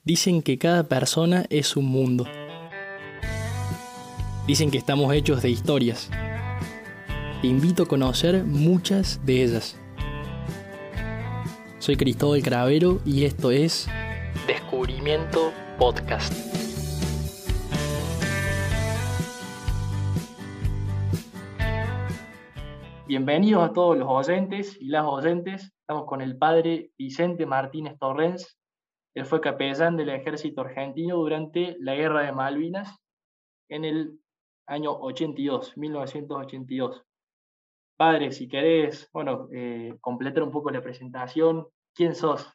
Dicen que cada persona es un mundo. Dicen que estamos hechos de historias. Te invito a conocer muchas de ellas. Soy Cristóbal Cravero y esto es Descubrimiento Podcast. Bienvenidos a todos los oyentes y las oyentes. Estamos con el padre Vicente Martínez Torrens. Él fue capellán del ejército argentino durante la Guerra de Malvinas en el año 1982. Padre, si querés, completar un poco la presentación. ¿Quién sos?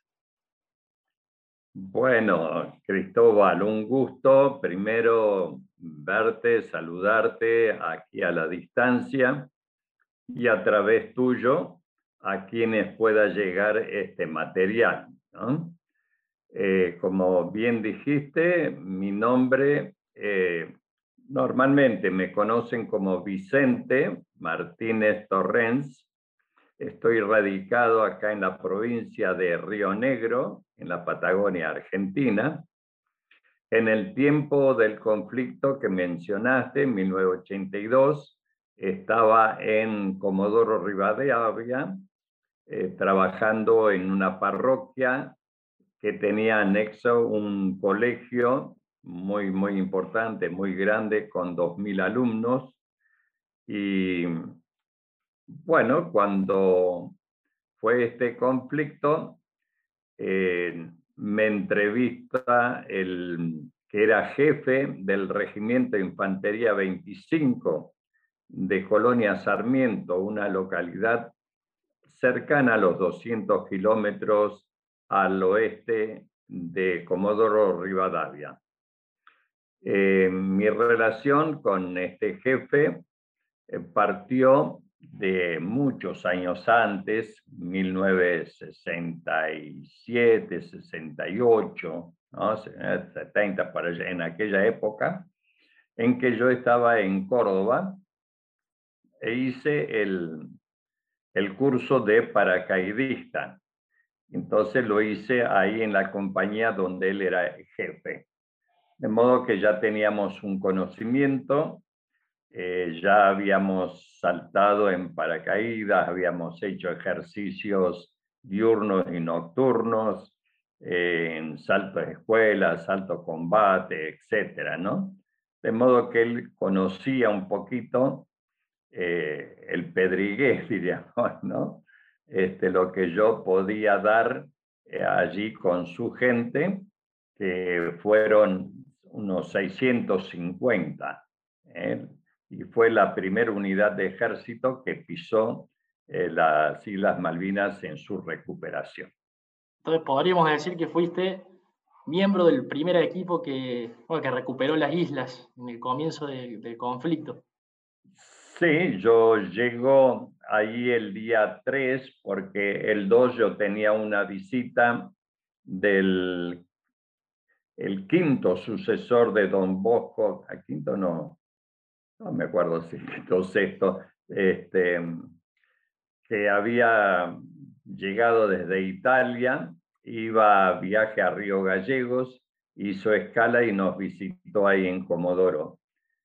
Bueno, Cristóbal, un gusto primero verte, saludarte aquí a la distancia y a través tuyo a quienes pueda llegar este material, ¿no? Como bien dijiste, mi nombre, normalmente me conocen como Vicente Martínez Torrens. Estoy radicado acá en la provincia de Río Negro, en la Patagonia Argentina. En el tiempo del conflicto que mencionaste, en 1982, estaba en Comodoro Rivadavia, trabajando en una parroquia que tenía anexo un colegio muy importante, muy grande, con 2.000 alumnos. Y bueno, cuando fue este conflicto, me entrevista el que era jefe del Regimiento de Infantería 25 de Colonia Sarmiento, una localidad cercana a los 200 kilómetros al oeste de Comodoro Rivadavia. Mi relación con este jefe partió de muchos años antes, 1967, 68, ¿no? 70, para allá, en aquella época, en que yo estaba en Córdoba e hice el curso de paracaidista. Entonces lo hice ahí en la compañía donde él era jefe. De modo que ya teníamos un conocimiento. Ya habíamos saltado en paracaídas, habíamos hecho ejercicios diurnos y nocturnos, en salto de escuela, salto combate, etcétera, ¿no? De modo que él conocía un poquito el pedrigués, diríamos, ¿no? Lo que yo podía dar allí con su gente, que fueron unos 650. Y fue la primera unidad de ejército que pisó las Islas Malvinas en su recuperación. Entonces podríamos decir que fuiste miembro del primer equipo que recuperó las islas en el comienzo del conflicto. Sí, yo llego ahí el día 3 porque el 2 yo tenía una visita del el quinto sucesor de Don Bosco, a quinto no me acuerdo si quinto o sexto, que había llegado desde Italia, iba a viaje a Río Gallegos, hizo escala y nos visitó ahí en Comodoro.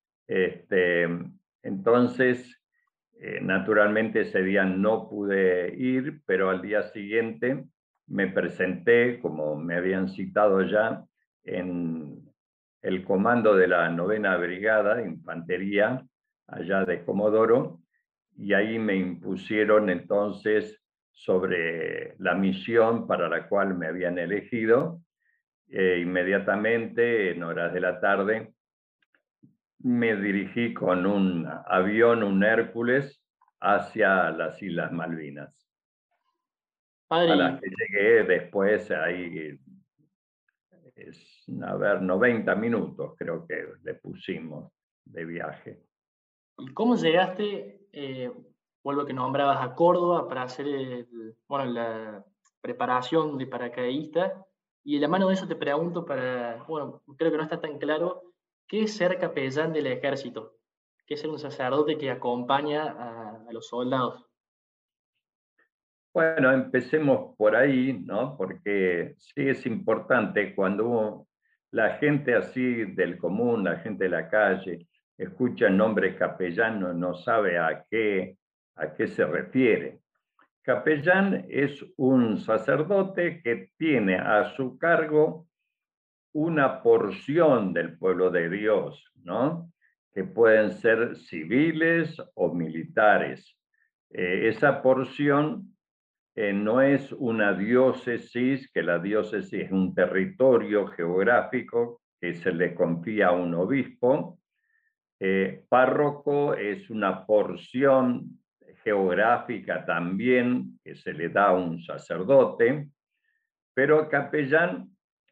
Entonces, naturalmente ese día no pude ir, pero al día siguiente me presenté, como me habían citado ya, en el comando de la 9ª Brigada de Infantería, allá de Comodoro, y ahí me impusieron entonces sobre la misión para la cual me habían elegido. Inmediatamente, en horas de la tarde, me dirigí con un avión, un Hércules, hacia las Islas Malvinas, a las Padre, que llegué después ahí, 90 minutos creo que le pusimos de viaje. ¿y cómo llegaste, vuelvo a que nombrabas a Córdoba para hacer la preparación de paracaidista? Y de la mano de eso te pregunto creo que no está tan claro, ¿qué es ser capellán del ejército? ¿Qué es ser un sacerdote que acompaña a los soldados? Bueno, empecemos por ahí, ¿no? Porque sí es importante cuando la gente así del común, la gente de la calle, escucha el nombre capellán, no sabe a qué se refiere. Capellán es un sacerdote que tiene a su cargo una porción del pueblo de Dios, ¿no? Que pueden ser civiles o militares. Esa porción no es una diócesis, que la diócesis es un territorio geográfico que se le confía a un obispo. Párroco es una porción geográfica también que se le da a un sacerdote, pero capellán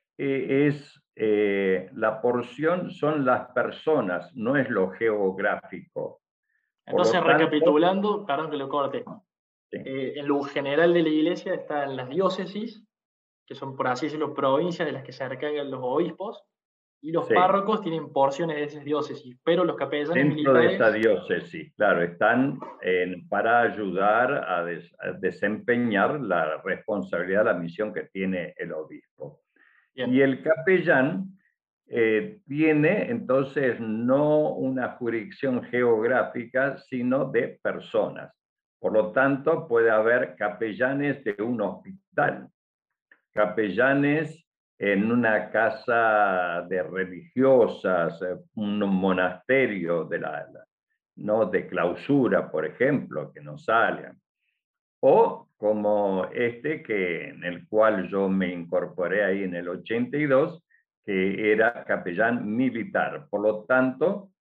la porción son las personas, no es lo geográfico. Por Entonces, lo tanto, recapitulando, perdón que lo corte, sí, en lo general de la iglesia están las diócesis, que son, por así decirlo, provincias de las que se encargan los obispos, y los sí, párrocos tienen porciones de esas diócesis, pero los capellanes dentro de esa militares, diócesis, claro, están para ayudar a desempeñar la responsabilidad, la misión que tiene el obispo. Y bien, el capellán tiene entonces no una jurisdicción geográfica, sino de personas. Por lo tanto, puede haber capellanes de un hospital, capellanes en una casa de religiosas, un monasterio no de clausura, por ejemplo, que no salgan. O como en el cual yo me incorporé ahí en el 82, que era capellán militar. Por lo tanto,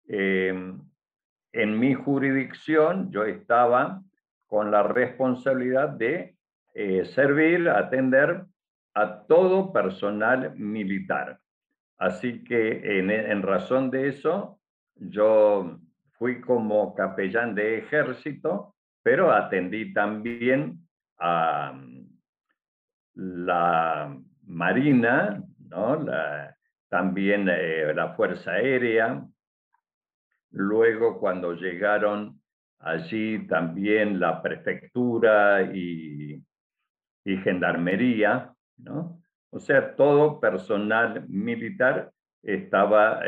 en mi jurisdicción yo estaba con la responsabilidad de servir, atender a todo personal militar. Así que en razón de eso, yo fui como capellán de ejército, pero atendí también a la Marina, ¿no? También la Fuerza Aérea. Luego, cuando llegaron allí también la prefectura y gendarmería, ¿no? O sea, todo personal militar estaba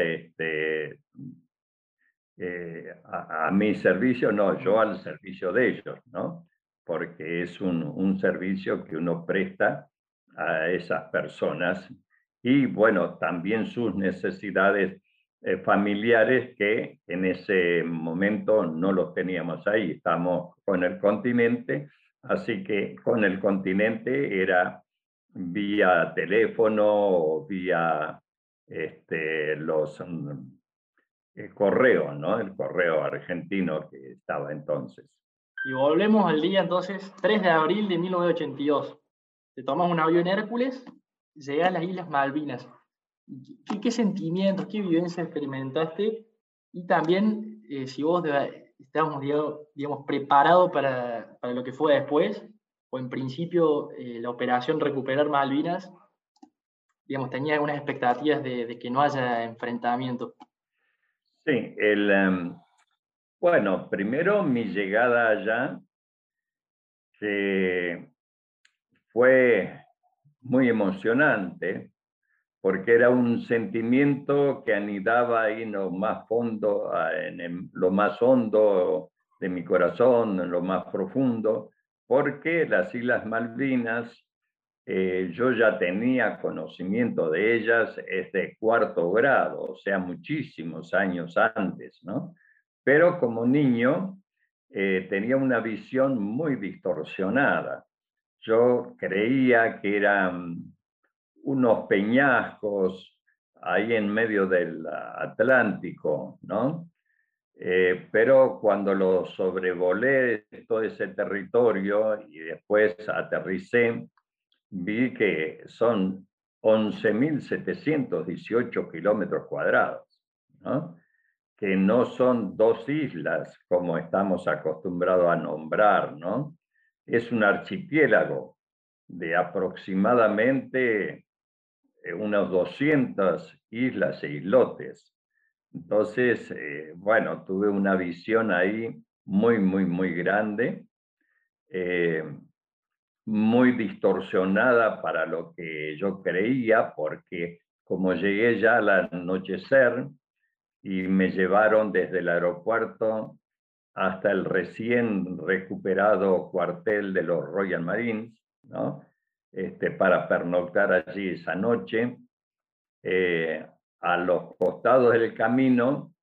a mi servicio, no, yo mm, al servicio de ellos, ¿no? Porque es un servicio que uno presta a esas personas y, bueno, también sus necesidades familiares que en ese momento no los teníamos ahí. Estamos con el continente, así que con el continente era vía teléfono o vía los el correo, ¿no? El correo argentino que estaba entonces. y volvemos al día entonces 3 de abril de 1982. Te tomas un avión Hércules, llegas a las Islas Malvinas. ¿Qué sentimientos, qué vivencias experimentaste? Y también, si vos estábamos, digamos, preparados para lo que fue después, o en principio la operación Recuperar Malvinas, digamos, tenía algunas expectativas de que no haya enfrentamiento. Sí, bueno, primero mi llegada allá, que fue muy emocionante, porque era un sentimiento que anidaba ahí en lo más fondo, lo más hondo de mi corazón, en lo más profundo, porque las Islas Malvinas, yo ya tenía conocimiento de ellas de cuarto grado, o sea, muchísimos años antes, ¿no? Pero como niño tenía una visión muy distorsionada. Yo creía que eran unos peñascos ahí en medio del Atlántico, ¿no? Pero cuando lo sobrevolé todo ese territorio y después aterricé, vi que son 11.718 kilómetros cuadrados, ¿no? Que no son dos islas como estamos acostumbrados a nombrar, ¿no? Es un archipiélago de aproximadamente unas 200 islas e islotes. Entonces, bueno, tuve una visión ahí muy, muy, muy grande. Eh, muy distorsionada para lo que yo creía, porque como llegué ya al anochecer y me llevaron desde el aeropuerto hasta el recién recuperado cuartel de los Royal Marines, ¿no? Para pernoctar allí esa noche. A los costados del camino,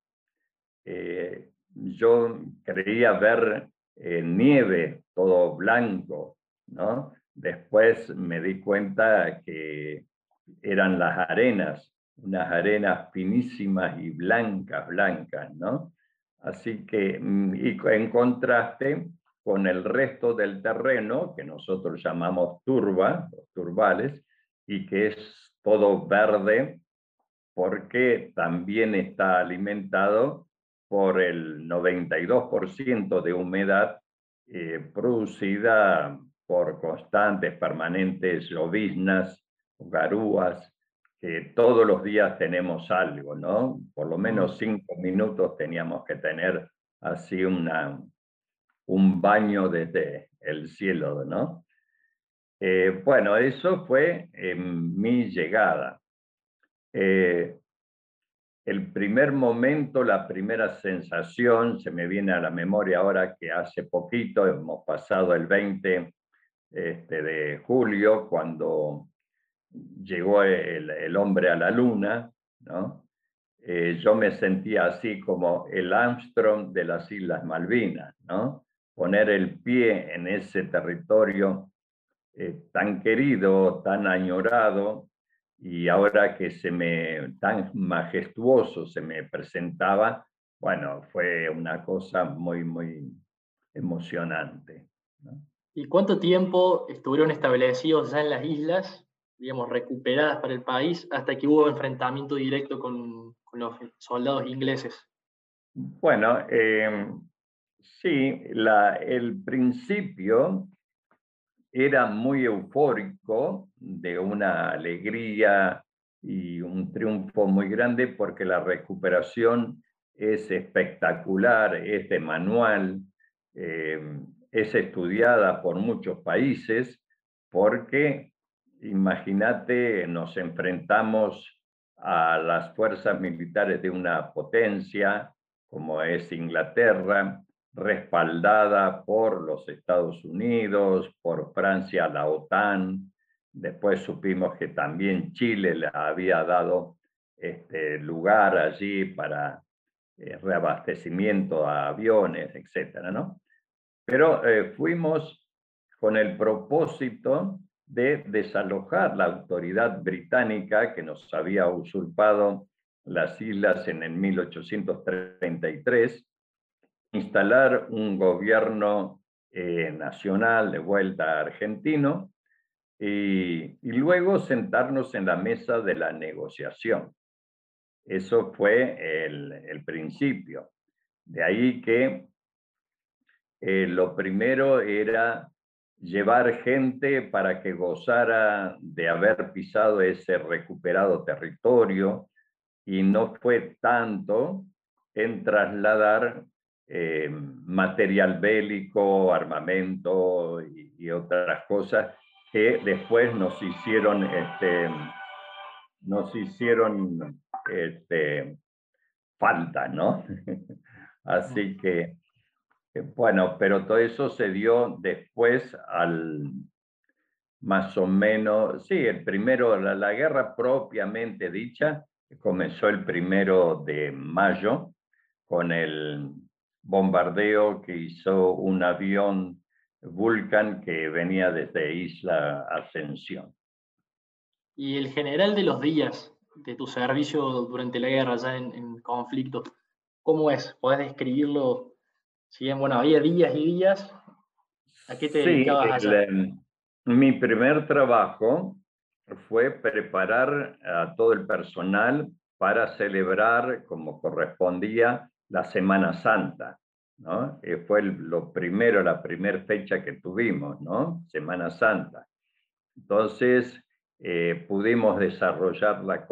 yo creía ver nieve, todo blanco, ¿no? Después me di cuenta que eran las arenas, unas arenas finísimas y blancas, blancas, ¿no? Así que, y en contraste con el resto del terreno, que nosotros llamamos turba, los turbales, y que es todo verde, porque también está alimentado por el 92% de humedad producida por constantes, permanentes lloviznas, garúas, que todos los días tenemos algo, ¿no? Por lo menos 5 minutos teníamos que tener así un baño desde el cielo, ¿no? Bueno, eso fue mi llegada. El primer momento, la primera sensación, se me viene a la memoria ahora que hace poquito, hemos pasado el 20 de julio, cuando llegó el hombre a la luna, ¿no? Yo me sentía así como el Armstrong de las Islas Malvinas, ¿no? Poner el pie en ese territorio tan querido, tan añorado, y ahora que tan majestuoso se me presentaba, bueno, fue una cosa muy, muy emocionante, ¿no? ¿Y cuánto tiempo estuvieron establecidos ya en las islas, digamos, recuperadas para el país, hasta que hubo enfrentamiento directo con los soldados ingleses? Bueno, sí, el principio era muy eufórico, de una alegría y un triunfo muy grande, porque la recuperación es espectacular, es de manual, es estudiada por muchos países, porque imagínate, nos enfrentamos a las fuerzas militares de una potencia como es Inglaterra, respaldada por los Estados Unidos, por Francia, la OTAN. Después supimos que también Chile le había dado lugar allí para reabastecimiento a aviones, etcétera, ¿no? Pero fuimos con el propósito de desalojar la autoridad británica que nos había usurpado las islas en el 1833, instalar un gobierno nacional de vuelta argentino y luego sentarnos en la mesa de la negociación. Eso fue el principio. De ahí que lo primero era llevar gente para que gozara de haber pisado ese recuperado territorio, y no fue tanto en trasladar material bélico, armamento y otras cosas que después nos hicieron falta, ¿no? Así que, bueno, pero todo eso se dio después más o menos, sí, el primero, la guerra propiamente dicha, comenzó el 1 de mayo con el bombardeo que hizo un avión Vulcan que venía desde Isla Ascensión. Y el general de los días de tu servicio durante la guerra, ya en conflicto, ¿cómo es? ¿Podés describirlo? Si bien, bueno, había días y días, ¿a qué te Sí, dedicabas allá? mi primer trabajo fue preparar a todo el personal para celebrar, como correspondía, la Semana Santa, ¿no? Fue lo primero, la primera fecha que tuvimos, ¿no? Semana Santa. Entonces, pudimos desarrollarla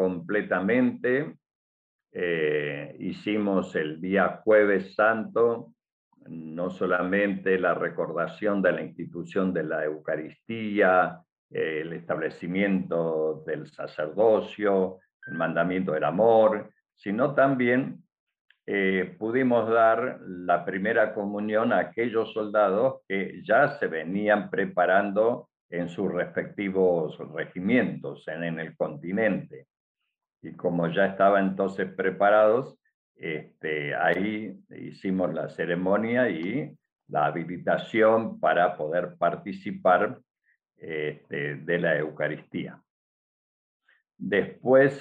completamente. Hicimos el día Jueves Santo no solamente la recordación de la institución de la Eucaristía, el establecimiento del sacerdocio, el mandamiento del amor, sino también pudimos dar la primera comunión a aquellos soldados que ya se venían preparando en sus respectivos regimientos en el continente. Y como ya estaban entonces preparados, ahí hicimos la ceremonia y la habilitación para poder participar de la Eucaristía. Después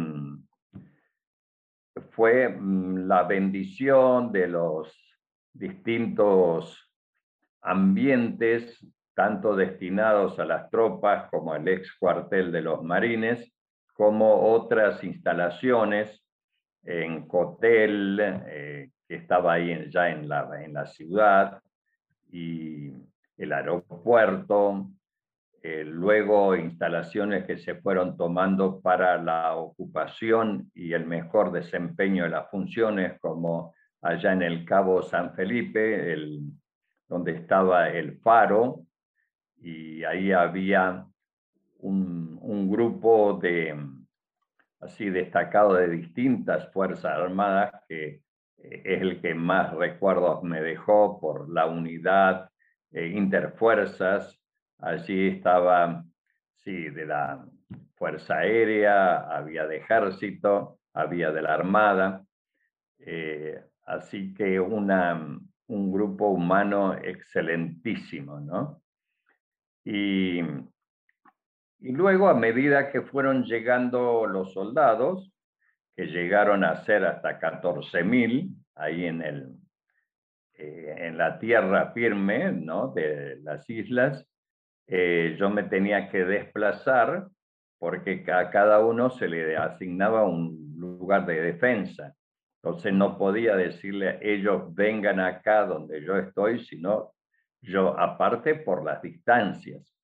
fue la bendición de los distintos ambientes, tanto destinados a las tropas como el ex cuartel de los marines, como otras instalaciones en Cotel, que estaba ahí ya en la ciudad, y el aeropuerto, luego instalaciones que se fueron tomando para la ocupación y el mejor desempeño de las funciones, como allá en el Cabo San Felipe, donde estaba el faro, y ahí había un grupo así destacado de distintas fuerzas armadas, que es el que más recuerdos me dejó por la unidad interfuerzas. Allí estaba, sí, de la Fuerza Aérea, había de Ejército, había de la Armada, así que un grupo humano excelentísimo, ¿no? Y luego, a medida que fueron llegando los soldados, que llegaron a ser hasta 14.000, ahí en la tierra firme, ¿no?, de las islas, yo me tenía que desplazar porque a cada uno se le asignaba un lugar de defensa. Entonces no podía decirle a ellos vengan acá donde yo estoy, sino yo, aparte por las distancias.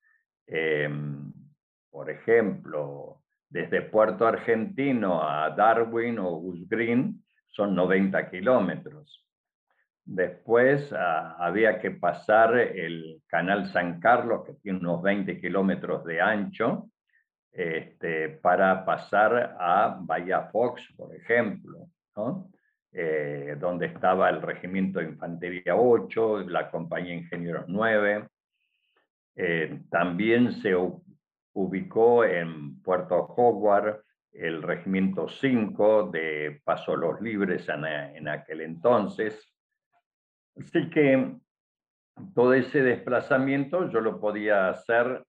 Por ejemplo, desde Puerto Argentino a Darwin o Goose Green son 90 kilómetros. Después había que pasar el Canal San Carlos, que tiene unos 20 kilómetros de ancho, para pasar a Bahía Fox, por ejemplo, ¿no? Donde estaba el Regimiento de Infantería 8, la Compañía de Ingenieros 9. También se ubicó en Puerto Howard el Regimiento 5 de Paso Los Libres en aquel entonces. Así que todo ese desplazamiento yo lo podía hacer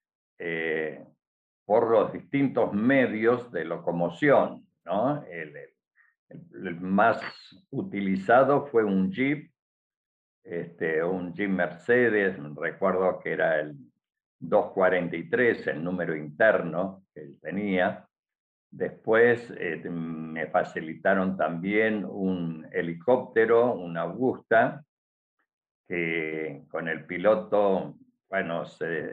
por los distintos medios de locomoción, ¿no? El más utilizado fue un Jeep Mercedes, recuerdo que era el 243, el número interno que él tenía. Después me facilitaron también un helicóptero, un Augusta, que con el piloto, bueno,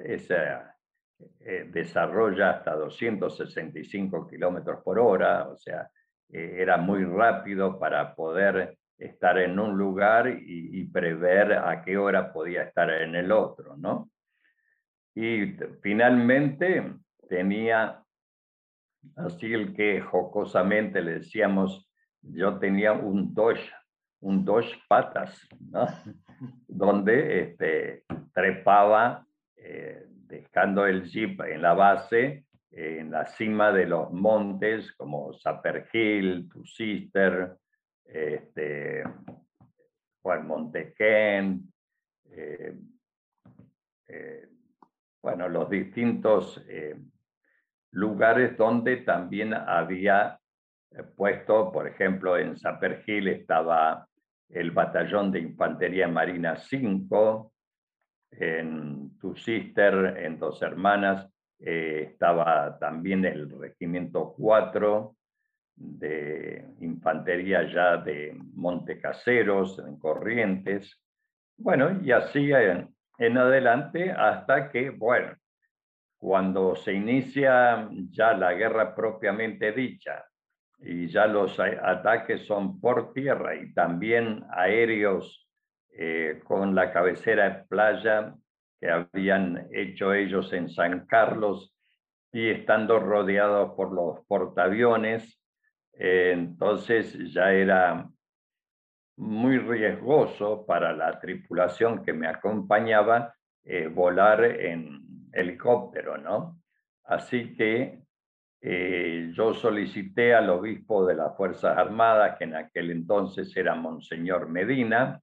desarrolla hasta 265 kilómetros por hora, o sea, era muy rápido para poder estar en un lugar y prever a qué hora podía estar en el otro, ¿no? Y finalmente tenía, así el que jocosamente le decíamos, yo tenía un Dodge patas, ¿no? Donde trepaba, dejando el jeep en la base, en la cima de los montes como Sapper Hill, Two Sisters, Monte Kent, bueno, los distintos lugares donde también había puesto, por ejemplo, en Sapper Hill estaba el Batallón de Infantería Marina 5, en Two Sisters, en Dos Hermanas, estaba también el Regimiento 4 de Infantería ya de Montecaseros, en Corrientes. Bueno, y así en adelante hasta que, bueno, cuando se inicia ya la guerra propiamente dicha, y ya los ataques son por tierra y también aéreos con la cabecera de playa que habían hecho ellos en San Carlos y estando rodeados por los portaaviones, entonces ya era muy riesgoso para la tripulación que me acompañaba volar en helicóptero, ¿no? Así que yo solicité al obispo de las Fuerzas Armadas, que en aquel entonces era Monseñor Medina,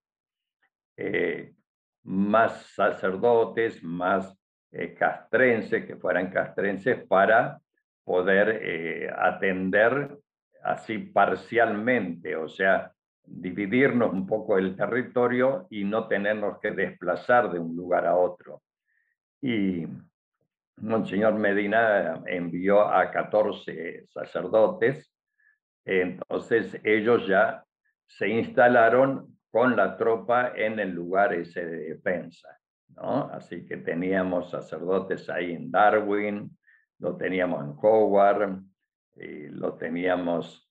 más sacerdotes, más castrenses, que fueran castrenses, para poder atender así parcialmente, o sea, dividirnos un poco el territorio y no tenernos que desplazar de un lugar a otro. Y Monseñor Medina envió a 14 sacerdotes, entonces ellos ya se instalaron con la tropa en el lugar ese de defensa, ¿no? Así que teníamos sacerdotes ahí en Darwin, lo teníamos en Howard, y lo teníamos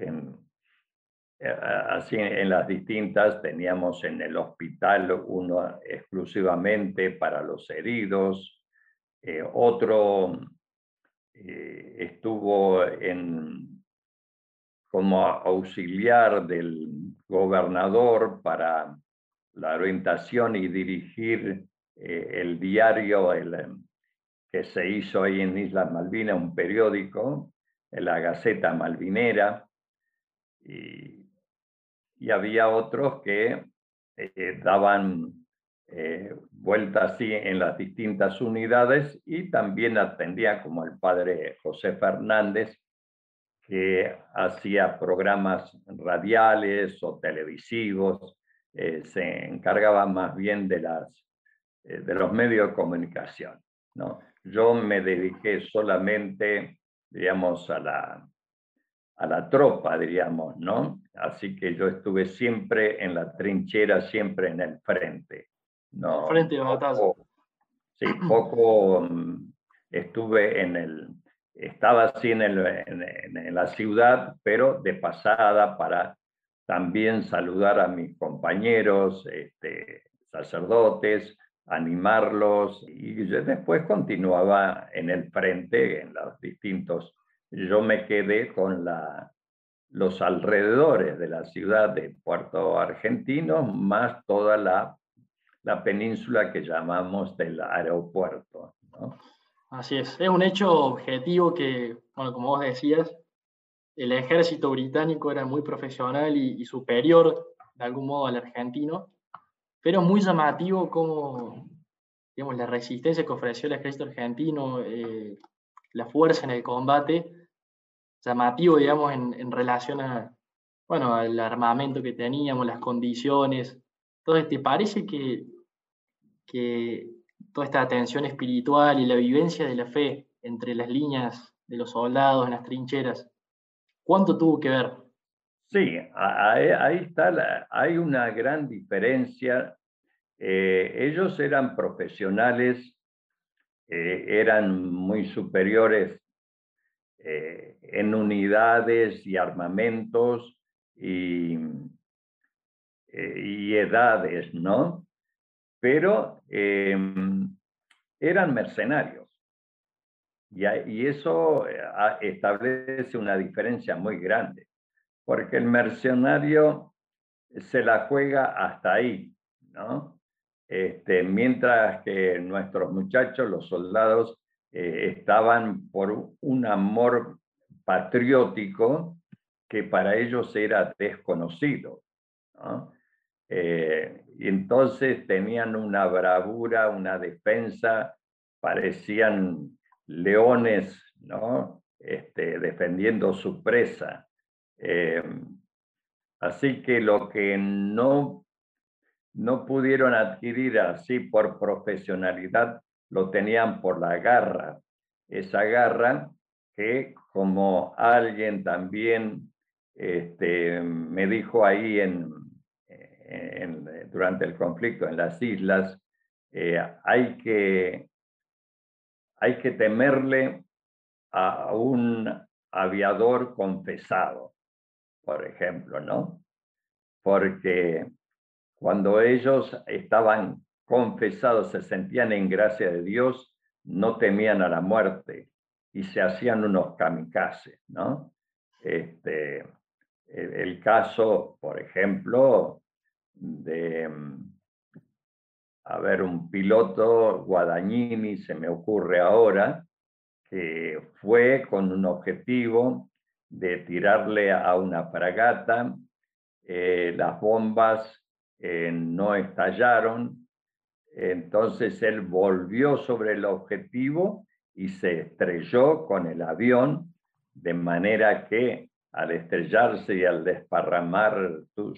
así en las distintas, teníamos en el hospital uno exclusivamente para los heridos, otro estuvo como auxiliar del gobernador para la orientación y dirigir el diario que se hizo ahí en Islas Malvinas, un periódico, la Gaceta Malvinera, y había otros que daban vueltas así en las distintas unidades y también atendía como el padre José Fernández, que hacía programas radiales o televisivos, se encargaba más bien de los medios de comunicación, ¿no? Yo me dediqué solamente, digamos, a la tropa, diríamos, ¿no? Así que yo estuve siempre en la trinchera, siempre en el frente. El No, frente de batalla. sí, poco estuve estaba así en la ciudad, pero de pasada para también saludar a mis compañeros, sacerdotes, animarlos, y yo después continuaba en el frente, en los distintos. Yo me quedé con los alrededores de la ciudad de Puerto Argentino, más toda la península que llamamos del aeropuerto, ¿no? Así es un hecho objetivo que, bueno, como vos decías, el ejército británico era muy profesional y superior de algún modo al argentino, pero muy llamativo como, digamos, la resistencia que ofreció el ejército argentino, la fuerza en el combate, llamativo, digamos, en relación a, bueno, al armamento que teníamos, las condiciones. Entonces, ¿te parece que toda esta atención espiritual y la vivencia de la fe entre las líneas de los soldados en las trincheras, cuánto tuvo que ver? Sí, ahí está, hay una gran diferencia. Ellos eran profesionales, eran muy superiores en unidades y armamentos y edades, ¿no? Pero eran mercenarios. Y eso establece una diferencia muy grande, porque el mercenario se la juega hasta ahí, ¿no? Mientras que nuestros muchachos, los soldados, estaban por un amor patriótico que para ellos era desconocido, ¿no? Y entonces tenían una bravura, una defensa, parecían leones, ¿no? Defendiendo su presa. Así que lo que no pudieron adquirir así por profesionalidad, lo tenían por la garra. Esa garra que, como alguien también me dijo ahí durante el conflicto en las islas, hay que temerle a un aviador confesado, por ejemplo, ¿no? Porque cuando ellos estaban confesados, se sentían en gracia de Dios, no temían a la muerte y se hacían unos kamikazes, ¿no? El caso, por ejemplo, de, a ver, un piloto, Guadagnini, se me ocurre ahora, que fue con un objetivo de tirarle a una fragata, las bombas no estallaron, entonces él volvió sobre el objetivo y se estrelló con el avión, de manera que al estrellarse y al desparramar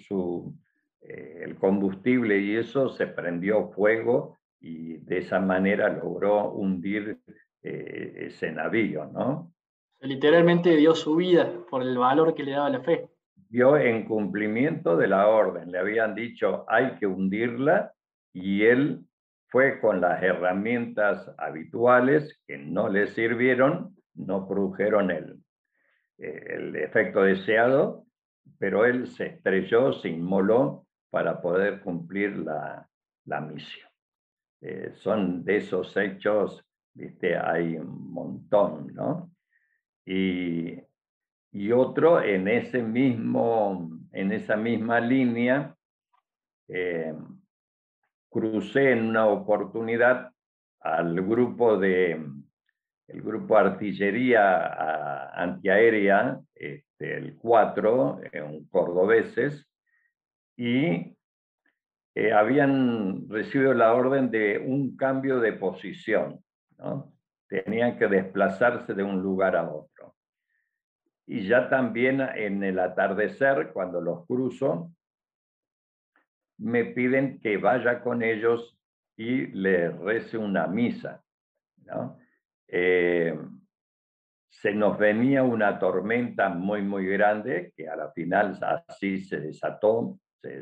el combustible y eso, se prendió fuego y de esa manera logró hundir ese navío, ¿no? Literalmente dio su vida por el valor que le daba la fe. Dio en cumplimiento de la orden. Le habían dicho hay que hundirla y él fue con las herramientas habituales que no le sirvieron, no produjeron el efecto deseado, pero él se estrelló, se inmoló para poder cumplir la misión. Son de esos hechos, ¿viste? Hay un montón, ¿no? Y otro en esa misma línea, crucé en una oportunidad al grupo el grupo artillería antiaérea, el 4, un cordobeses, y habían recibido la orden de un cambio de posición, ¿no? Tenían que desplazarse de un lugar a otro. Y ya también en el atardecer, cuando los cruzo, me piden que vaya con ellos y les rece una misa, ¿no? Se nos venía una tormenta muy, muy grande, que a la final así se desató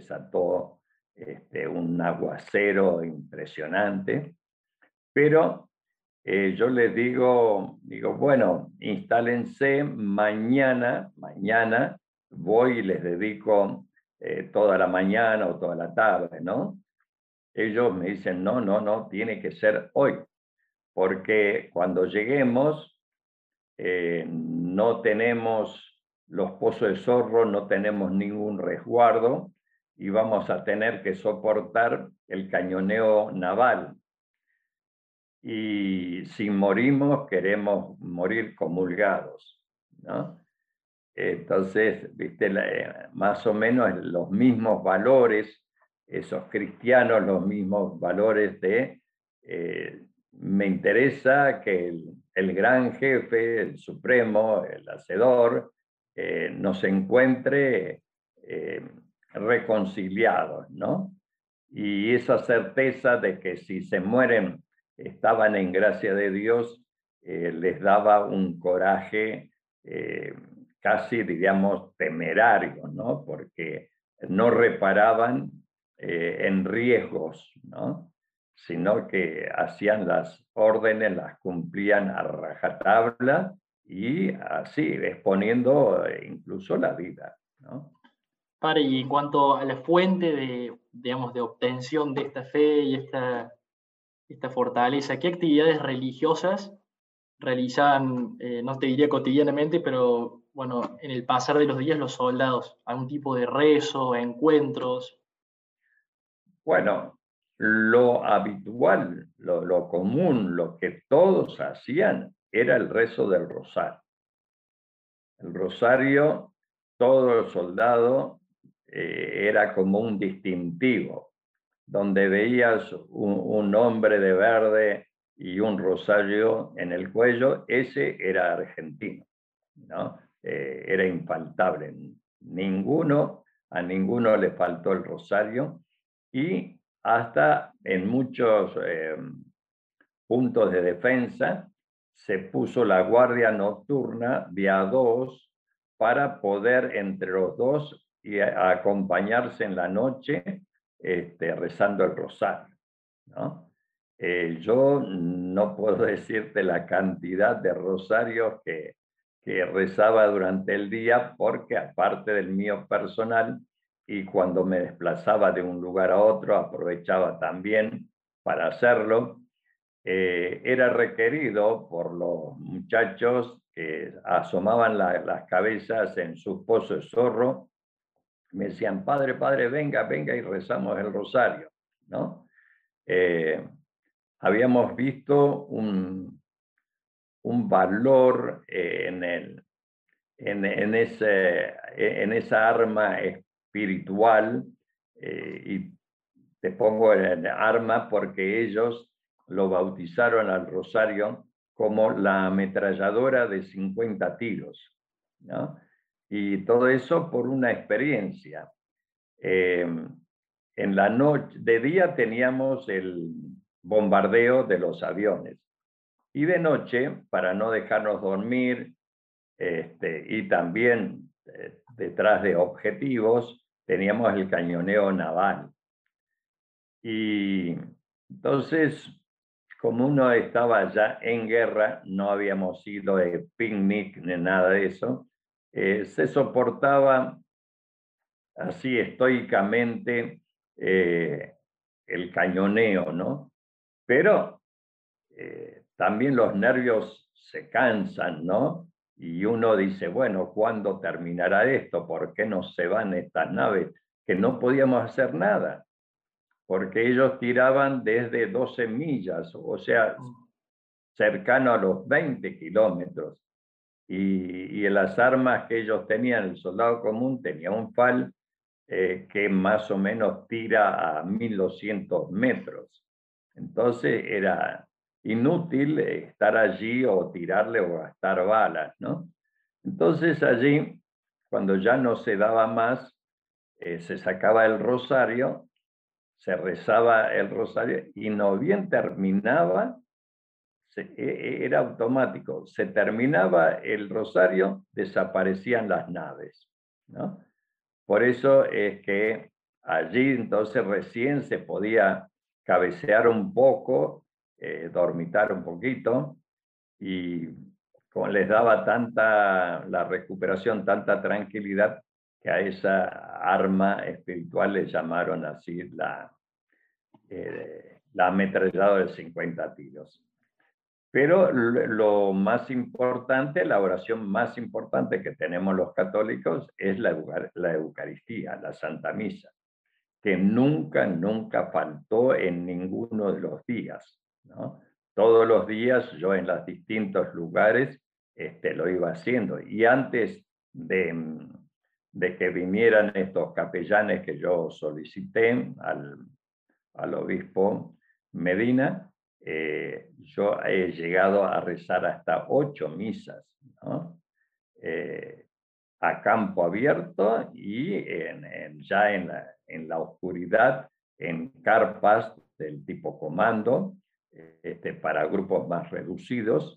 un aguacero impresionante, pero yo les digo, bueno, instálense, mañana voy y les dedico toda la mañana o toda la tarde, ¿no? Ellos me dicen, no, tiene que ser hoy, porque cuando lleguemos no tenemos los pozos de Zorro, no tenemos ningún resguardo y vamos a tener que soportar el cañoneo naval. Y si morimos, queremos morir comulgados, ¿no? Entonces, viste, más o menos los mismos valores, esos cristianos, los mismos valores de me interesa que el gran jefe, el supremo, el hacedor, nos encuentre reconciliados, ¿no? Y esa certeza de que si se mueren estaban en gracia de Dios, les daba un coraje casi, diríamos, temerario, ¿no? Porque no reparaban en riesgos, ¿no? Sino que hacían las órdenes, las cumplían a rajatabla y así, exponiendo incluso la vida, ¿no? Padre, y en cuanto a la fuente de, digamos, de obtención de esta fe y esta fortaleza, ¿qué actividades religiosas realizaban, no te diría cotidianamente, pero bueno, en el pasar de los días los soldados? ¿Algún tipo de rezo, encuentros? Bueno, lo habitual, lo común, lo que todos hacían era el rezo del rosario. El rosario, todo soldado era como un distintivo, donde veías un hombre de verde y un rosario en el cuello, ese era argentino, ¿no? Era infaltable. A ninguno le faltó el rosario y hasta en muchos puntos de defensa se puso la guardia nocturna de a dos para poder entre los dos y acompañarse en la noche rezando el rosario, ¿no? Yo no puedo decirte la cantidad de rosarios que rezaba durante el día, porque aparte del mío personal, y cuando me desplazaba de un lugar a otro aprovechaba también para hacerlo. Era requerido por los muchachos que asomaban las cabezas en sus pozos de zorro. Me decían, padre, padre, venga, venga y rezamos el rosario, ¿no? Habíamos visto un valor en esa arma espiritual, y te pongo en arma porque ellos lo bautizaron al rosario como la ametralladora de 50 tiros, ¿no? Y todo eso por una experiencia. En la noche, de día teníamos el bombardeo de los aviones y de noche, para no dejarnos dormir, y también detrás de objetivos, teníamos el cañoneo naval. Y entonces, como uno estaba ya en guerra, no habíamos ido de picnic ni nada de eso, se soportaba así estoicamente el cañoneo, ¿no? Pero también los nervios se cansan, ¿no? Y uno dice, bueno, ¿cuándo terminará esto? ¿Por qué no se van estas naves? Que no podíamos hacer nada, porque ellos tiraban desde 12 millas, o sea, cercano a los 20 kilómetros. Y las armas que ellos tenían, el soldado común tenía un FAL que más o menos tira a 1200 metros. Entonces era inútil estar allí o tirarle o gastar balas, ¿no? Entonces allí, cuando ya no se daba más, se sacaba el rosario, se rezaba el rosario y no bien terminaba, era automático, se terminaba el rosario, desaparecían las naves, ¿no? Por eso es que allí entonces recién se podía cabecear un poco, dormitar un poquito, y como les daba tanta la recuperación, tanta tranquilidad, que a esa arma espiritual le llamaron así la ametralladora de 50 tiros. Pero lo más importante, la oración más importante que tenemos los católicos es la Eucaristía, la Santa Misa, que nunca, nunca faltó en ninguno de los días, ¿no? Todos los días yo en los distintos lugares lo iba haciendo. Y antes de que vinieran estos capellanes que yo solicité al obispo Medina, yo he llegado a rezar hasta 8 misas, ¿no? A campo abierto y ya en la oscuridad, en carpas del tipo comando, para grupos más reducidos,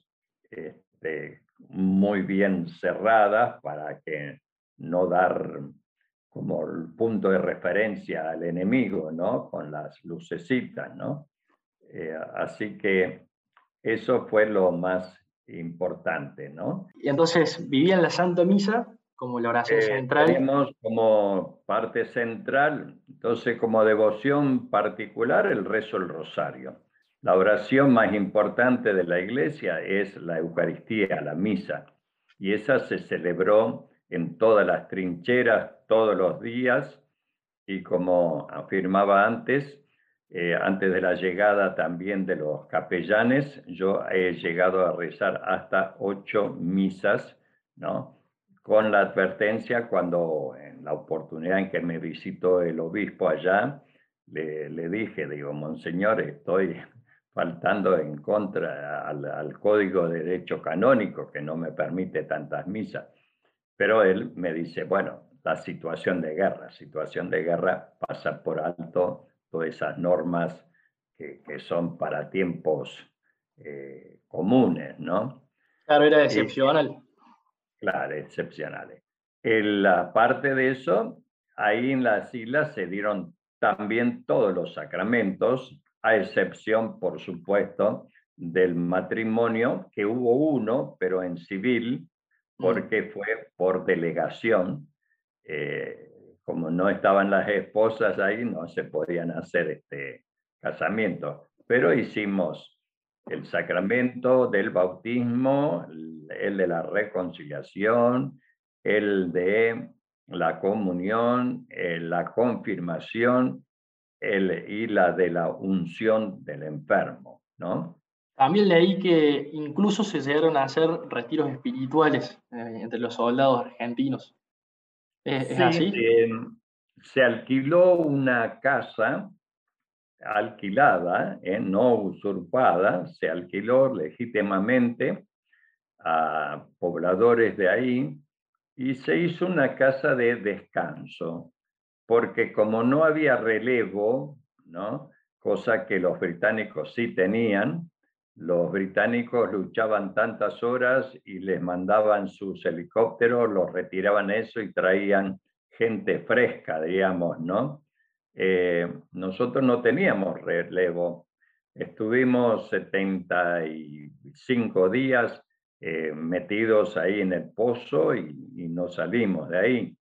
muy bien cerradas para que no dar como el punto de referencia al enemigo, ¿no? Con las lucecitas, ¿no? Así que eso fue lo más importante, ¿no? Y entonces vivían la Santa Misa como la oración central. Tenemos como parte central, entonces como devoción particular, el rezo del rosario. La oración más importante de la iglesia es la Eucaristía, la misa, y esa se celebró en todas las trincheras, todos los días, y como afirmaba antes de la llegada también de los capellanes, yo he llegado a rezar hasta 8 misas, ¿no? Con la advertencia, cuando en la oportunidad en que me visitó el obispo allá, le dije, digo, monseñor, estoy faltando en contra al Código de Derecho Canónico, que no me permite tantas misas. Pero él me dice, bueno, la situación de guerra pasa por alto todas esas normas que son para tiempos comunes, ¿no? Claro, era Y, excepcional. claro, excepcionales. Aparte de eso, ahí en las islas se dieron también todos los sacramentos, a excepción, por supuesto, del matrimonio, que hubo uno, pero en civil, porque fue por delegación, como no estaban las esposas ahí, no se podían hacer casamientos. Pero hicimos el sacramento del bautismo, el de la reconciliación, el de la comunión, la confirmación y la de la unción del enfermo, ¿no? También leí que incluso se llegaron a hacer retiros espirituales entre los soldados argentinos. ¿Es Sí, así? se alquiló una casa alquilada, no usurpada, se alquiló legítimamente a pobladores de ahí y se hizo una casa de descanso, porque como no había relevo, ¿no? Cosa que los británicos sí tenían, los británicos luchaban tantas horas y les mandaban sus helicópteros, los retiraban eso y traían gente fresca, digamos, ¿no? Nosotros no teníamos relevo. Estuvimos 75 días metidos ahí en el pozo y no salimos de ahí.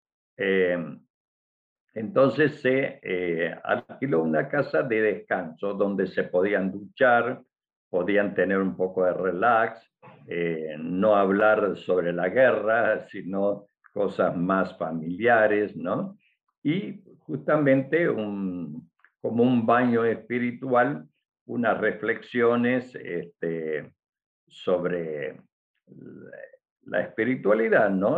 Entonces se alquiló una casa de descanso donde se podían duchar, podían tener un poco de relax, no hablar sobre la guerra, sino cosas más familiares, ¿no? Y justamente como un baño espiritual, unas reflexiones sobre la espiritualidad, ¿no?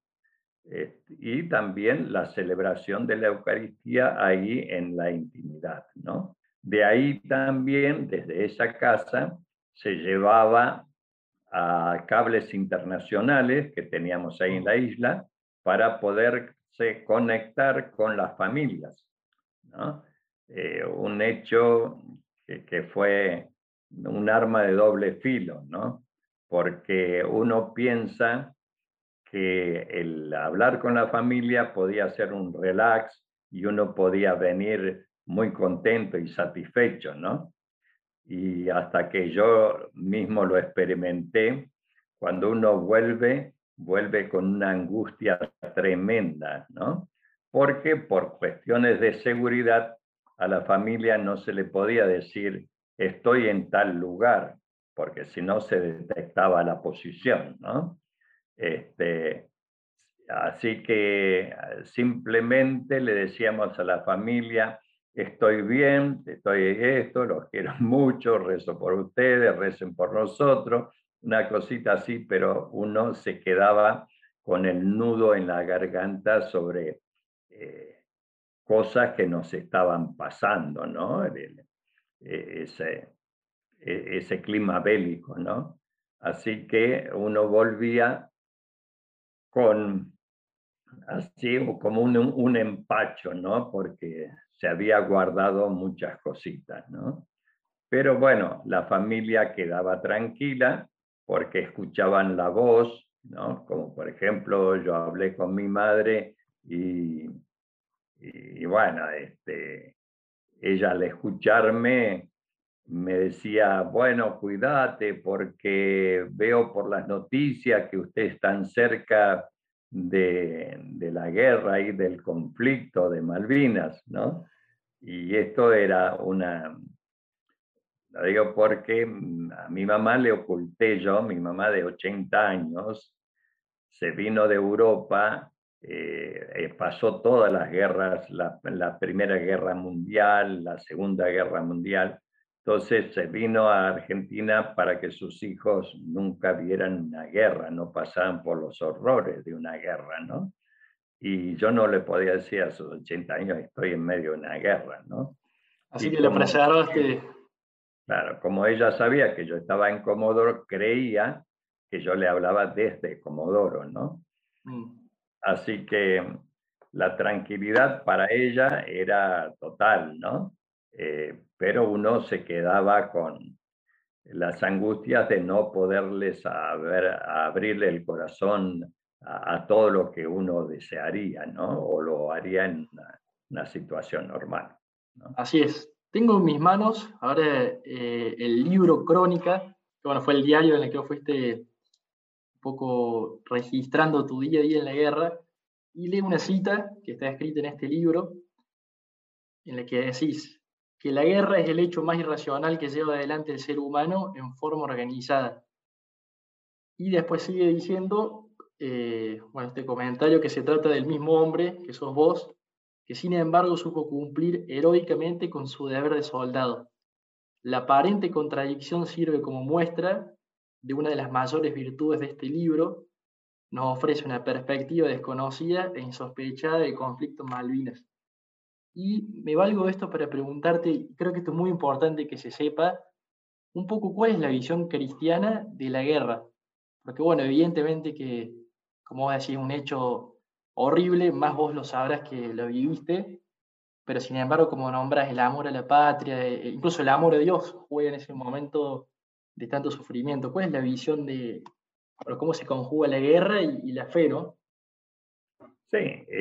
Y también la celebración de la Eucaristía ahí en la intimidad, ¿no? De ahí también, desde esa casa, se llevaba a cables internacionales que teníamos ahí en la isla para poderse conectar con las familias, ¿no? Un hecho que fue un arma de doble filo, ¿no? Porque uno piensa que el hablar con la familia podía ser un relax y uno podía venir muy contento y satisfecho, ¿no? Y hasta que yo mismo lo experimenté, cuando uno vuelve con una angustia tremenda, ¿no? Porque por cuestiones de seguridad a la familia no se le podía decir estoy en tal lugar, porque si no se detectaba la posición, ¿no? Este, Así que simplemente le decíamos a la familia, estoy bien, estoy esto, los quiero mucho, rezo por ustedes, recen por nosotros, una cosita así, pero uno se quedaba con el nudo en la garganta sobre cosas que nos estaban pasando, ¿no? Ese, ese clima bélico, ¿no? Así que uno volvía con así como un empacho, ¿no? Porque se había guardado muchas cositas, ¿no? Pero bueno, la familia quedaba tranquila porque escuchaban la voz, ¿no? Como por ejemplo, yo hablé con mi madre y bueno, ella al escucharme me decía, bueno, cuídate porque veo por las noticias que usted es tan cerca de la guerra y del conflicto de Malvinas, ¿no? Y esto era lo digo porque a mi mamá le oculté yo, mi mamá de 80 años, se vino de Europa, pasó todas las guerras, la Primera Guerra Mundial, la Segunda Guerra Mundial, entonces se vino a Argentina para que sus hijos nunca vieran una guerra, no pasaran por los horrores de una guerra, ¿no? Y yo no le podía decir a sus 80 años, estoy en medio de una guerra, ¿no? Así Y que la preservaste. claro, como ella sabía que yo estaba en Comodoro, creía que yo le hablaba desde Comodoro, ¿no? Mm. Así que la tranquilidad para ella era total, ¿no? Pero uno se quedaba con las angustias de no poderles abrirle el corazón a todo lo que uno desearía, ¿no? O lo haría en una situación normal, ¿no? Así es. Tengo en mis manos ahora el libro Crónica, que bueno, fue el diario en el que vos fuiste un poco registrando tu día a día en la guerra. y leo una cita que está escrita en este libro, en la que decís que la guerra es el hecho más irracional que lleva adelante el ser humano en forma organizada. Y después sigue diciendo, bueno, este comentario que se trata del mismo hombre, que sos vos, que sin embargo supo cumplir heroicamente con su deber de soldado. La aparente contradicción sirve como muestra de una de las mayores virtudes de este libro. Nos ofrece una perspectiva desconocida e insospechada del conflicto en Malvinas. Y me valgo de esto para preguntarte, y creo que esto es muy importante que se sepa, un poco cuál es la visión cristiana de la guerra. Porque bueno, evidentemente que, como vos decís, es un hecho horrible, más vos lo sabrás que lo viviste, pero sin embargo, como nombras el amor a la patria, incluso el amor a Dios juega en ese momento de tanto sufrimiento. ¿Cuál es la visión de bueno, cómo se conjuga la guerra y la fe, no? Sí,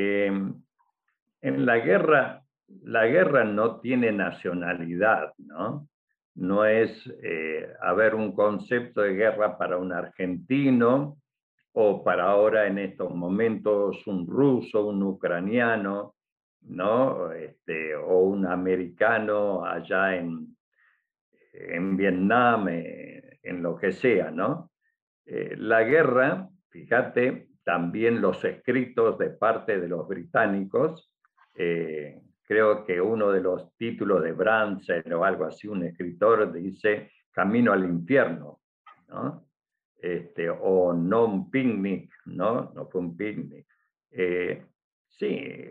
en la guerra no tiene nacionalidad, ¿no? No es haber un concepto de guerra para un argentino o para ahora en estos momentos un ruso, un ucraniano, ¿no? O un americano allá en Vietnam, en lo que sea, ¿no? La guerra, fíjate, también los escritos de parte de los británicos, creo que uno de los títulos de Branson o algo así, un escritor dice Camino al infierno, ¿no? O no un picnic, ¿no? No fue un picnic. Sí,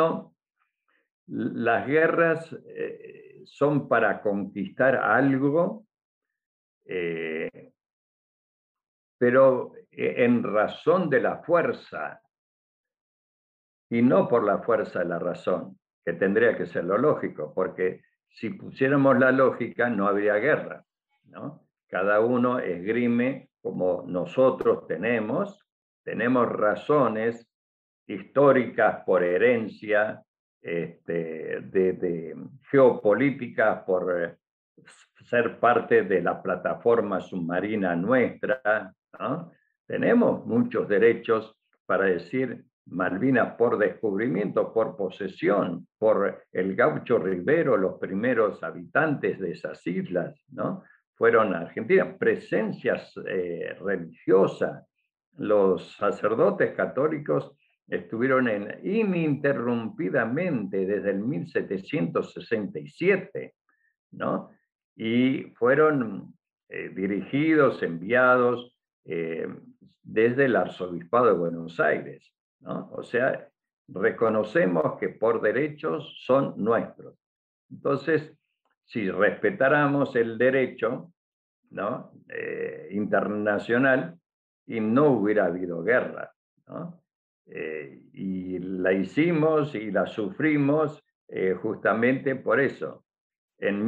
las guerras son para conquistar algo, eh, pero en razón de la fuerza y no por la fuerza de la razón, que tendría que ser lo lógico, porque si pusiéramos la lógica no habría guerra, ¿no? Cada uno esgrime como nosotros tenemos razones históricas por herencia, de geopolíticas por ser parte de la plataforma submarina nuestra, ¿no? Tenemos muchos derechos para decir Malvinas por descubrimiento, por posesión, por el gaucho Rivero, los primeros habitantes de esas islas, ¿no? Fueron argentinas, presencias religiosas. Los sacerdotes católicos estuvieron ininterrumpidamente desde el 1767, ¿no? Y fueron dirigidos, enviados desde el Arzobispado de Buenos Aires, ¿no? O sea, reconocemos que por derechos son nuestros. Entonces, si respetáramos el derecho, ¿no? Internacional, y no hubiera habido guerra, ¿no? Y la hicimos y la sufrimos justamente por eso. En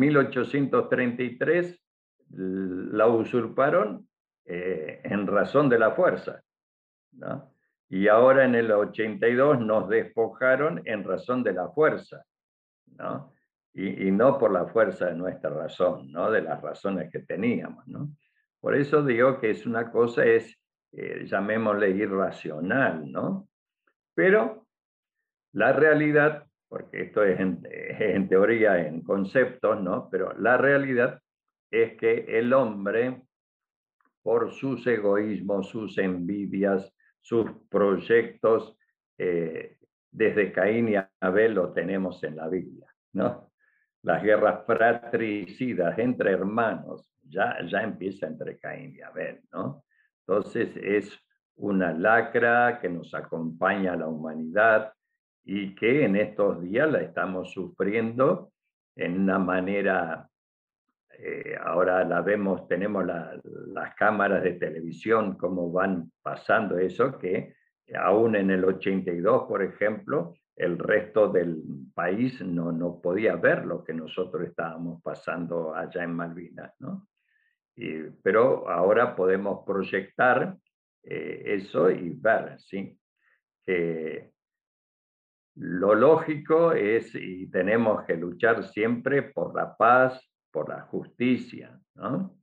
1833 la usurparon en razón de la fuerza, ¿no? Y ahora en el 82 nos despojaron en razón de la fuerza, ¿no? Y no por la fuerza de nuestra razón, ¿no? De las razones que teníamos, ¿no? Por eso digo que es una cosa, llamémosle irracional, ¿no? Pero la realidad, porque esto es en teoría, en conceptos, ¿no? Pero la realidad es que el hombre, por sus egoísmos, sus envidias, sus proyectos, desde Caín y Abel lo tenemos en la Biblia, ¿no? Las guerras fratricidas entre hermanos, ya empieza entre Caín y Abel, ¿no? Entonces es una lacra que nos acompaña a la humanidad y que en estos días la estamos sufriendo en una manera, ahora la vemos, tenemos las cámaras de televisión, cómo van pasando eso, que aún en el 82, por ejemplo, el resto del país no podía ver lo que nosotros estábamos pasando allá en Malvinas, ¿no? Pero ahora podemos proyectar eso y ver, ¿sí? Que lo lógico es, y tenemos que luchar siempre por la paz, por la justicia, ¿no?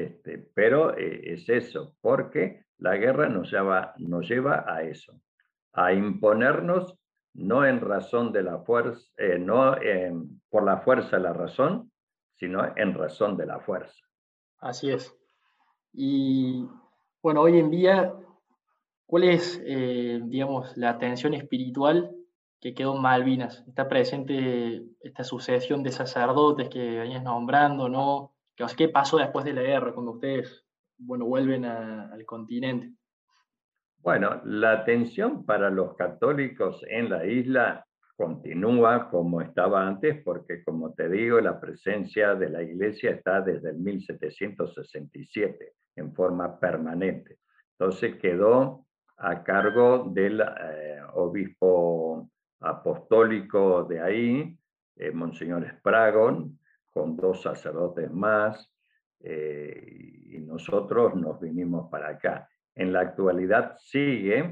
Pero es eso, porque la guerra nos lleva a eso, a imponernos no en razón de la fuerza, no por la fuerza de la razón, sino en razón de la fuerza. Así es. Y bueno, hoy en día, ¿cuál es, digamos, la atención espiritual que quedó en Malvinas? ¿Está presente esta sucesión de sacerdotes que venías nombrando, no? ¿Qué pasó después de la guerra, cuando ustedes, bueno, vuelven al continente? Bueno, la atención para los católicos en la isla continúa como estaba antes, porque como te digo, la presencia de la iglesia está desde el 1767 en forma permanente. Entonces quedó a cargo del obispo apostólico de ahí, Monseñor Spragon, con 2 sacerdotes más, y nosotros nos vinimos para acá. En la actualidad sigue,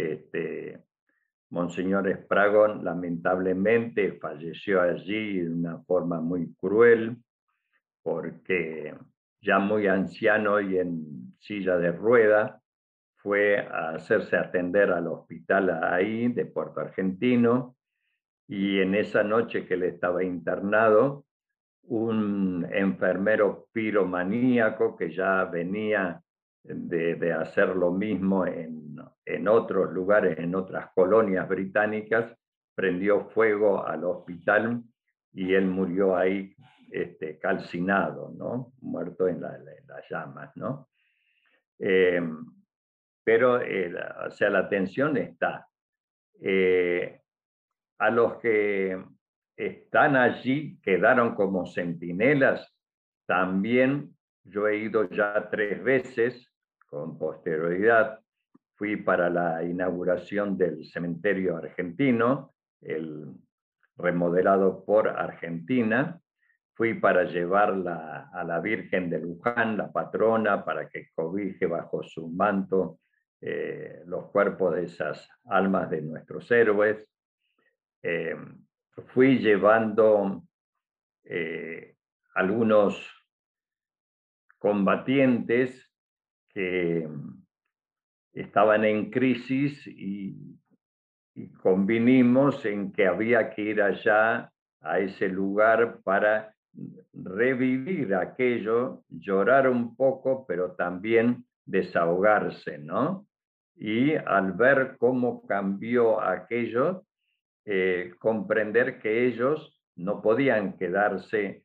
Monseñor Spragon lamentablemente falleció allí de una forma muy cruel, porque ya muy anciano y en silla de rueda, fue a hacerse atender al hospital ahí de Puerto Argentino, y en esa noche que él estaba internado, un enfermero piromaníaco que ya venía de hacer lo mismo en otros lugares, en otras colonias británicas, prendió fuego al hospital y él murió ahí calcinado, ¿no? Muerto en las llamas, ¿no? Eh, pero, o sea, la tensión está. A los que están allí, quedaron como centinelas, también yo he ido ya 3 veces con posterioridad. Fui para la inauguración del cementerio argentino, el remodelado por Argentina. Fui para llevarla a la Virgen de Luján, la patrona, para que cobije bajo su manto los cuerpos de esas almas de nuestros héroes. Eh, Fui llevando algunos combatientes que estaban en crisis y convinimos en que había que ir allá a ese lugar para revivir aquello, llorar un poco, pero también desahogarse, ¿no? Y al ver cómo cambió aquello, comprender que ellos no podían quedarse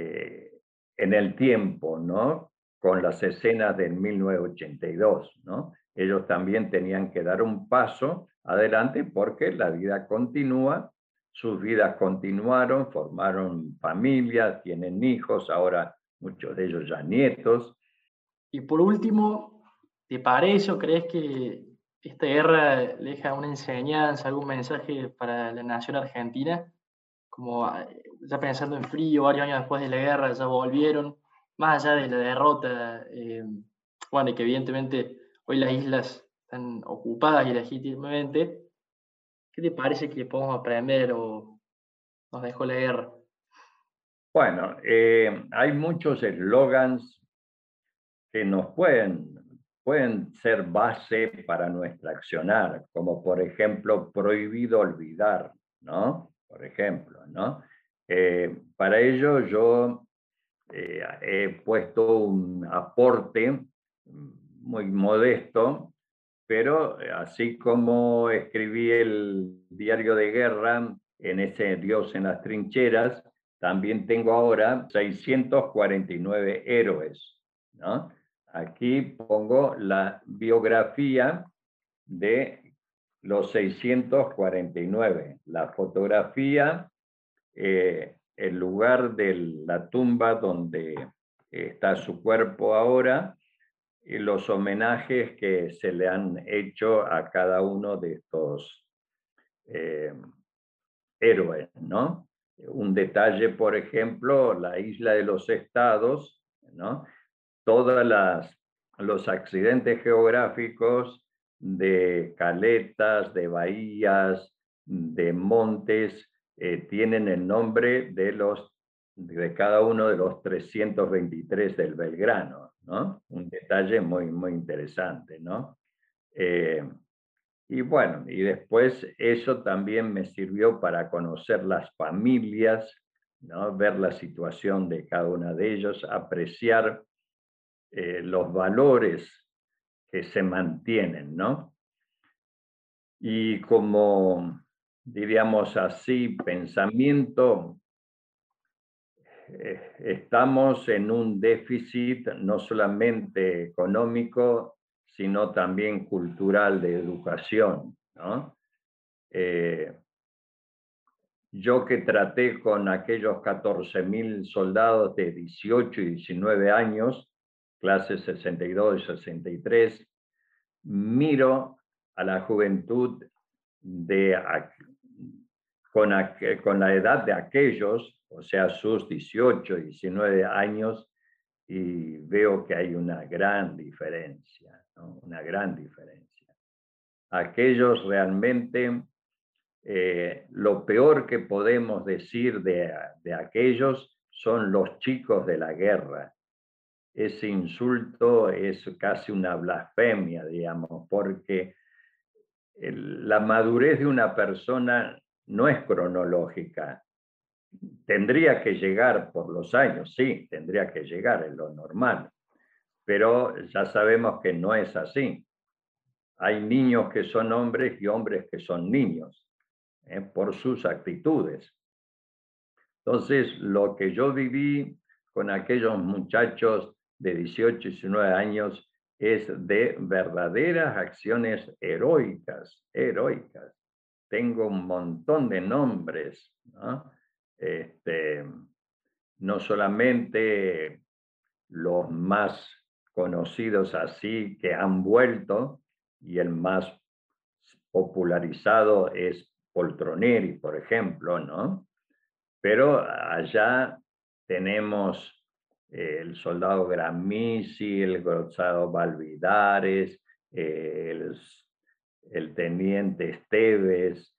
en el tiempo, ¿no? Con las escenas del 1982, ¿no? Ellos también tenían que dar un paso adelante porque la vida continúa, sus vidas continuaron, formaron familias, tienen hijos, ahora muchos de ellos ya nietos. Y por último, ¿te parece o crees que esta guerra le deja una enseñanza, algún mensaje para la nación argentina? Como ya pensando en frío, varios años después de la guerra, ya volvieron, más allá de la derrota, bueno, y que evidentemente hoy las islas están ocupadas ilegítimamente, ¿qué te parece que podemos aprender o nos dejó la guerra? Bueno, hay muchos eslogans que nos pueden ser base para nuestra accionar, como por ejemplo, prohibido olvidar, ¿no? Por ejemplo, ¿no? Para ello yo he puesto un aporte muy modesto, pero así como escribí el diario de guerra en ese Dios en las trincheras, también tengo ahora 649 héroes, ¿no? Aquí pongo la biografía de los 649, la fotografía, el lugar de la tumba donde está su cuerpo ahora, y los homenajes que se le han hecho a cada uno de estos eh, héroes, ¿no? Un detalle, por ejemplo, la isla de los estados, ¿no? Todos los accidentes geográficos de caletas, de bahías, de montes, tienen el nombre de cada uno de los 323 del Belgrano, ¿no? Un detalle muy, muy interesante, ¿no? Y bueno, y después eso también me sirvió para conocer las familias, ¿no? Ver la situación de cada una de ellos, apreciar los valores que se mantienen, ¿no? Y como, diríamos así, pensamiento, estamos en un déficit no solamente económico, sino también cultural de educación, ¿no? Eh, yo que traté con aquellos 14.000 soldados de 18 y 19 años, clases 62 y 63, miro a la juventud de, con la edad de aquellos, o sea, sus 18 y 19 años, y veo que hay una gran diferencia, ¿no? Una gran diferencia. Aquellos realmente, lo peor que podemos decir de aquellos son los chicos de la guerra. Ese insulto es casi una blasfemia, digamos, porque la madurez de una persona no es cronológica. Tendría que llegar por los años, sí, tendría que llegar, es lo normal, pero ya sabemos que no es así. Hay niños que son hombres y hombres que son niños, por sus actitudes. Entonces, lo que yo viví con aquellos muchachos de 18 y 19 años es de verdaderas acciones heroicas, heroicas. Tengo un montón de nombres, ¿no? No solamente los más conocidos así que han vuelto, y el más popularizado es Poltroneri, por ejemplo, ¿no? Pero allá tenemos el soldado Gramisi, el grossado Valvidares, el teniente Esteves,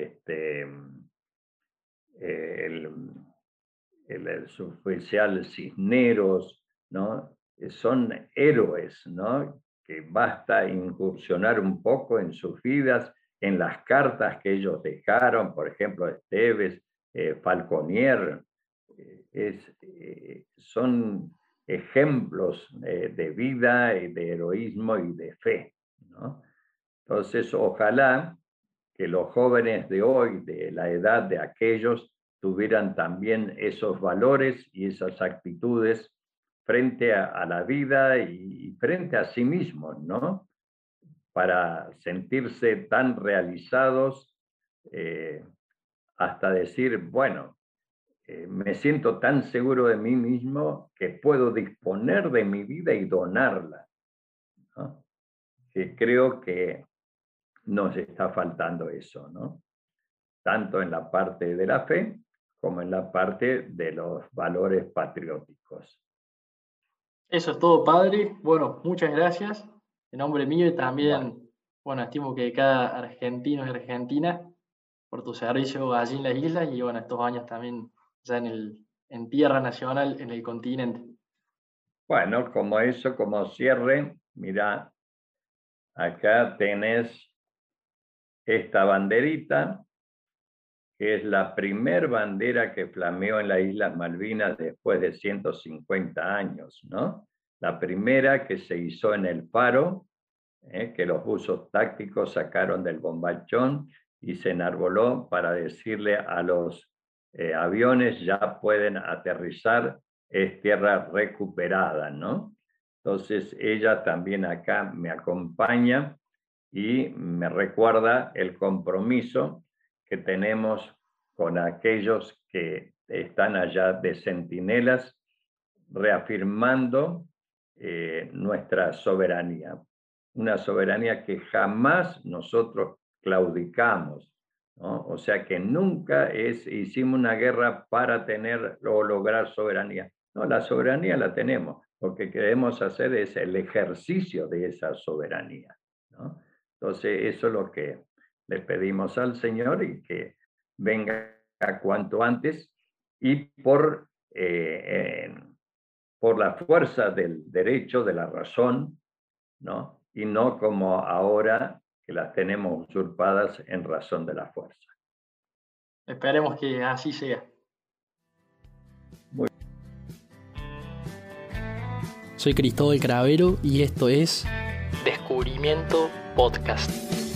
el, el suboficial Cisneros, ¿no? Son héroes, ¿no? Que basta incursionar un poco en sus vidas, en las cartas que ellos dejaron, por ejemplo, Esteves, Falconier, son ejemplos de vida y de heroísmo y de fe, ¿no? Entonces, ojalá que los jóvenes de hoy, de la edad de aquellos, tuvieran también esos valores y esas actitudes frente a la vida y frente a sí mismos, ¿no? Para sentirse tan realizados, eh, hasta decir, bueno, me siento tan seguro de mí mismo que puedo disponer de mi vida y donarla, ¿no? Que creo que nos está faltando eso, ¿no? Tanto en la parte de la fe como en la parte de los valores patrióticos. Eso es todo, padre. Bueno, muchas gracias. En nombre mío y Bueno, también, bueno, estimo que cada argentino y argentina por tu servicio allí en las islas y, bueno, estos años también ya en tierra nacional, en el continente. bueno, como eso, como cierre, mira, acá tenés esta banderita, que es la primer bandera que flameó en las Islas Malvinas después de 150 años, ¿no? La primera que se hizo en el Faro, que los buzos tácticos sacaron del bombachón y se enarboló para decirle a los aviones ya pueden aterrizar, es tierra recuperada, ¿no? Entonces ella también acá me acompaña y me recuerda el compromiso que tenemos con aquellos que están allá de centinelas, reafirmando nuestra soberanía, una soberanía que jamás nosotros claudicamos, ¿no? O sea que nunca hicimos una guerra para tener o lograr soberanía. No, la soberanía la tenemos. Lo que queremos hacer es el ejercicio de esa soberanía, ¿no? Entonces, eso es lo que le pedimos al Señor y que venga cuanto antes y por la fuerza del derecho, de la razón, ¿no? Y no como ahora que las tenemos usurpadas en razón de la fuerza. Esperemos que así sea. Soy Cristóbal Cravero y esto es Descubrimiento Podcast.